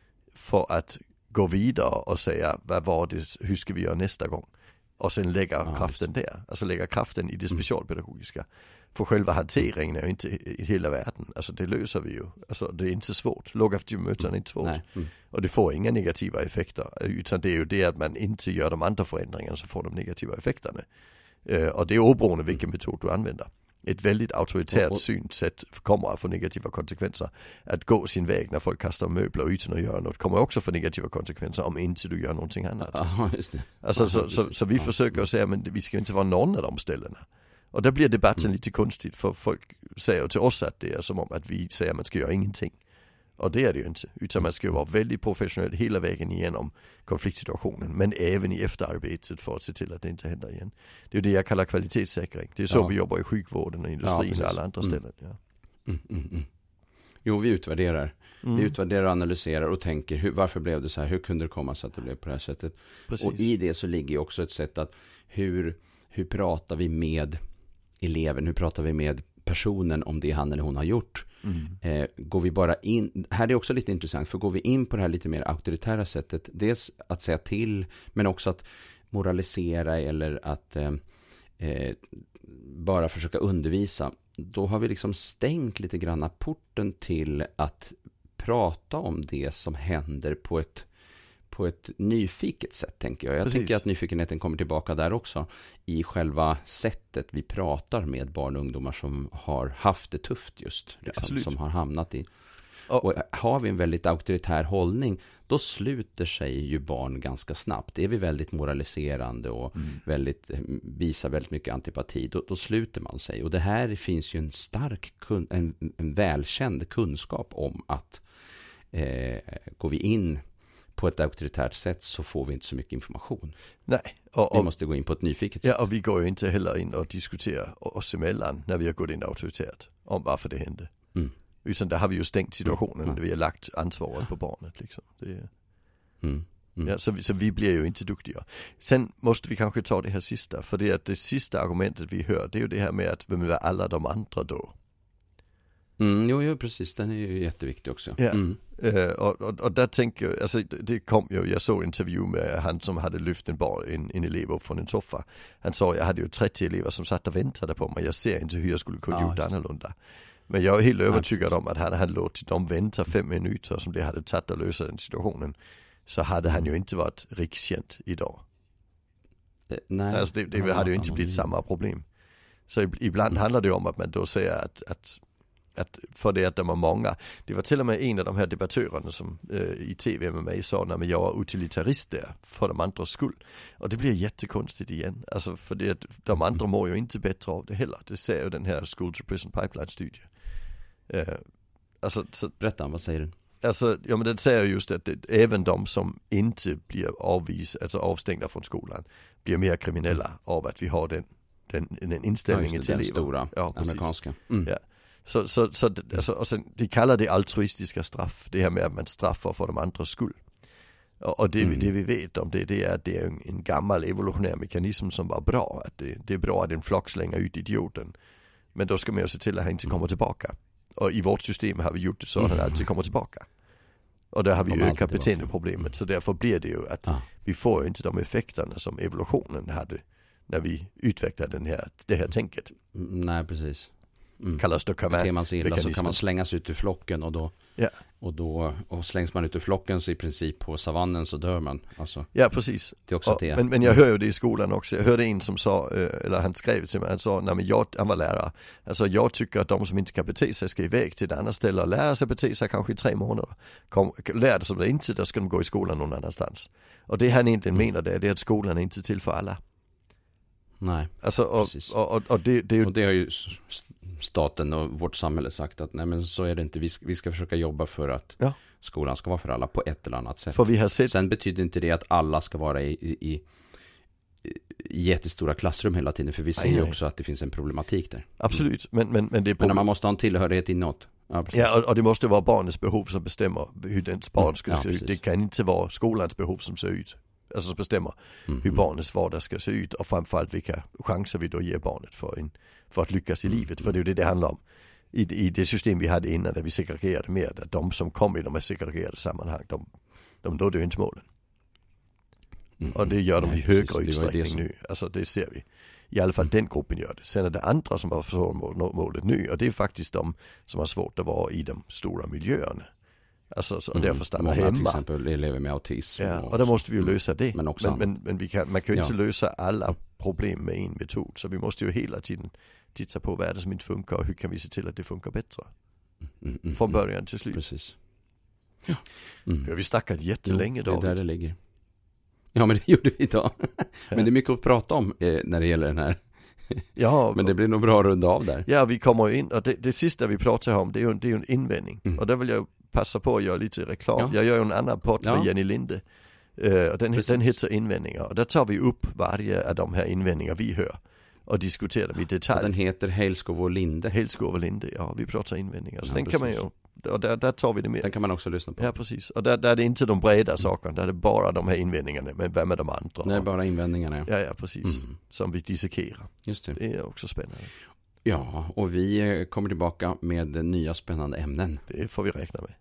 för att gå vidare och säga, vad var det, hur ska vi göra nästa gång? Och sen lägga ja, kraften där, alltså lägga kraften i det specialpedagogiska. För själva hanteringen är ju inte i hela världen, alltså det löser vi ju, alltså det är inte svårt, lågaffektivt bemötande är inte svårt. Mm. Och det får inga negativa effekter, utan det är ju det att man inte gör de andra förändringarna så får de negativa effekterna. Uh, och det är oberoende vilken metod du använder. Ett väldigt auktoritärt synsätt kommer att få negativa konsekvenser. Att gå sin väg när folk kastar möbler utan att göra något kommer också få negativa konsekvenser om inte du gör någonting annat. Ja, just det. Alltså, så, så, så vi försöker att säga, men vi ska inte vara någon av de ställena. Och där blir debatten mm. lite konstigt, för folk säger till oss att det är som om att vi säger att man ska göra ingenting. Och det är det ju inte, utan man ska ju vara väldigt professionell hela vägen igenom konfliktsituationen, men även i efterarbetet för att se till att det inte händer igen. Det är det jag kallar kvalitetssäkring. Det är så ja. vi jobbar i sjukvården och industrin ja, och alla andra ställen. Ja. Mm, mm, mm. Jo, vi utvärderar. Mm. Vi utvärderar, analyserar och tänker, hur, varför blev det så här? Hur kunde det komma så att det blev på det här sättet? Precis. Och i det så ligger ju också ett sätt att hur, hur pratar vi med eleven? Hur pratar vi med personen om det han eller hon har gjort? Mm. Eh, går vi bara in, här är det också lite intressant, för går vi in på det här lite mer auktoritära sättet, dels att säga till, men också att moralisera eller att eh, eh, bara försöka undervisa, då har vi liksom stängt lite grann porten till att prata om det som händer på ett på ett nyfiket sätt, tänker jag. Jag Precis. tänker att nyfikenheten kommer tillbaka där också, i själva sättet vi pratar med barn och ungdomar som har haft det tufft just, liksom, ja, som har hamnat i. Oh. Och har vi en väldigt auktoritär hållning, då sluter sig ju barn ganska snabbt. Är vi väldigt moraliserande och mm. väldigt, visar väldigt mycket antipati, då, då sluter man sig. Och det här finns ju en stark, kun, en, en välkänd kunskap om att eh, går vi in på ett auktoritärt sätt så får vi inte så mycket information. Nej. Och, och, vi måste gå in på ett nyfiket sätt. Ja, och vi går ju inte heller in och diskuterar oss emellan när vi har gått in auktoritärt om varför det hände. Mm. Utan där har vi ju stängt situationen, mm. där vi har lagt ansvaret på barnet. Liksom. Det är... mm. Mm. Ja, så, vi, så vi blir ju inte duktiga. Sen måste vi kanske ta det här sista, för det är att det sista argumentet vi hör, det är ju det här med att vem är alla de andra då? Mm, jo, jo, precis. Den är ju jätteviktig också. Ja. Mm. Uh, och, och, och där tänker jag, alltså det kom ju, jag såg en intervju med han som hade lyft en bar, en, en elev upp från en soffa. Han sa, jag hade ju trettio elever som satt och väntade på mig. Jag ser inte hur jag skulle kunna ja, gjort annorlunda. Men jag är helt övertygad om att han hade låtit dem vänta fem minuter som det hade tagit att lösa den situationen. Så hade han ju inte varit rikskänd idag. Uh, nej. Alltså det, det hade ju inte blivit samma problem. Så ibland mm. handlar det om att man då säger att, att att för det att det var många, det var till och med en av de här debattörerna som eh, i tv med mig sa, när jag var utilitarist där för de andras skull. Och det blir jättekonstigt igen, alltså för det att de andra mår ju inte bättre av det heller. Det säger ju den här School to Prison Pipeline-studien. Eh, alltså, så, Berätta, vad säger den? Alltså, ja, men den säger just att det, även de som inte blir avvis, alltså avstängda från skolan blir mer kriminella av att vi har den, den, den inställningen ja, till den elever. Stora, ja, amerikanska. Mm. Ja. Så, så, så alltså, och sen, de kallar det altruistiska straff, det här med att man straffar för de andras skull. Och, och det, mm. det vi vet om det, det är att det är en, en gammal evolutionär mekanism som var bra. Att det, det är bra att en flock slänger ut idioten. Men då ska man ju se till att han inte kommer tillbaka. Och i vårt system har vi gjort det så att han alltid kommer tillbaka. Och där har vi ökat beteendeproblemet. Så därför blir det ju att ah. vi får ju inte de effekterna som evolutionen hade när vi utvecklade den här, det här tänket. Mm, nej, precis. Mm. Kallas det Beter man sig illa så kan man slängas ut ur flocken och då, ja. och då och slängs man ut ur flocken så i princip på savannen så dör man. Alltså, ja, precis. Det är också och, det. Men, men jag hör ju det i skolan också. Jag hörde en som sa, eller han skrev till mig, han sa, nej men jag, han var lärare. Alltså jag tycker att de som inte kan bete sig ska iväg till ett annat ställe och lära sig bete sig kanske i tre månader. Kom, lär det som det inte, då ska de gå i skolan någon annanstans. Och det han egentligen mm. menar det är, det är att skolan är inte till för alla. Nej, alltså, och, och, och, och, det, det är ju... och det har ju staten och vårt samhälle sagt att nej men så är det inte, vi ska, vi ska försöka jobba för att ja. skolan ska vara för alla på ett eller annat sätt. För vi har sett... Sen betyder inte det att alla ska vara i, i, i, i jättestora klassrum hela tiden, för vi ser ju också att det finns en problematik där. Absolut, men, men, men det är problem... Men man måste ha en tillhörighet inåt. Ja, ja och, och det måste vara barnets behov som bestämmer hur dens barn ska mm, ja, se ut. Det kan inte vara skolans behov som ser ut. Alltså som bestämmer mm, hur barnets vardag ska se ut och framförallt vilka chanser vi då ger barnet för, en, för att lyckas i mm, livet. För det är ju det det handlar om. I, I det system vi hade innan där vi segregerade mer, att de som kom i de här segregerade sammanhang, de, de nådde ju inte målen. Mm, och det gör de nej, i högre precis, utsträckning som... nu. Alltså det ser vi. I alla fall mm. den gruppen gör det. Sen är det andra som har svårt att nå målet nu, och det är faktiskt de som har svårt att vara i de stora miljöerna. Alltså, så, och därför stanna Många, hemma. Till exempel elever med autism. Ja, och, och då måste vi ju lösa det. Men, också, men, men, men vi kan, man kan ju ja. inte lösa alla problem med en metod. Så vi måste ju hela tiden titta på vad är det som inte funkar och hur kan vi se till att det funkar bättre. Mm, mm, Från början mm, till slut. Precis. Ja. Mm. Ja, vi snackat jättelänge då. Det är där det ligger. Ja, men det gjorde vi idag. Men det är mycket att prata om eh, när det gäller den här. Ja, men det blir nog bra att runda av där. Ja, vi kommer ju in, och det, det sista vi pratar om, det är ju, det är ju en invändning. Mm. Och där vill jag passa på att göra lite reklam. Ja. Jag gör ju en annan podd med ja. Jenny Linde. Uh, och den, den heter invändningar. Och där tar vi upp varje av de här invändningar vi hör. Och diskuterar dem i detalj. Och den heter Hejlskov och Linde. Hejlskov och Linde, ja. Vi pratar invändningar. Så ja, den precis. Kan man ju, och där, där tar vi det med. Den kan man också lyssna på. Ja, precis. Och där, där är det inte de breda sakerna. Där är det bara de här invändningarna. Men vem är de andra? Det är bara invändningarna. Ja, ja, precis. Mm. Som vi dissekerar. Just det. Det är också spännande. Ja, och vi kommer tillbaka med nya spännande ämnen. Det får vi räkna med.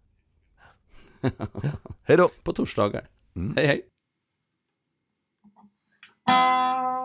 Hej då! På torsdagar. Mm. Hej hej!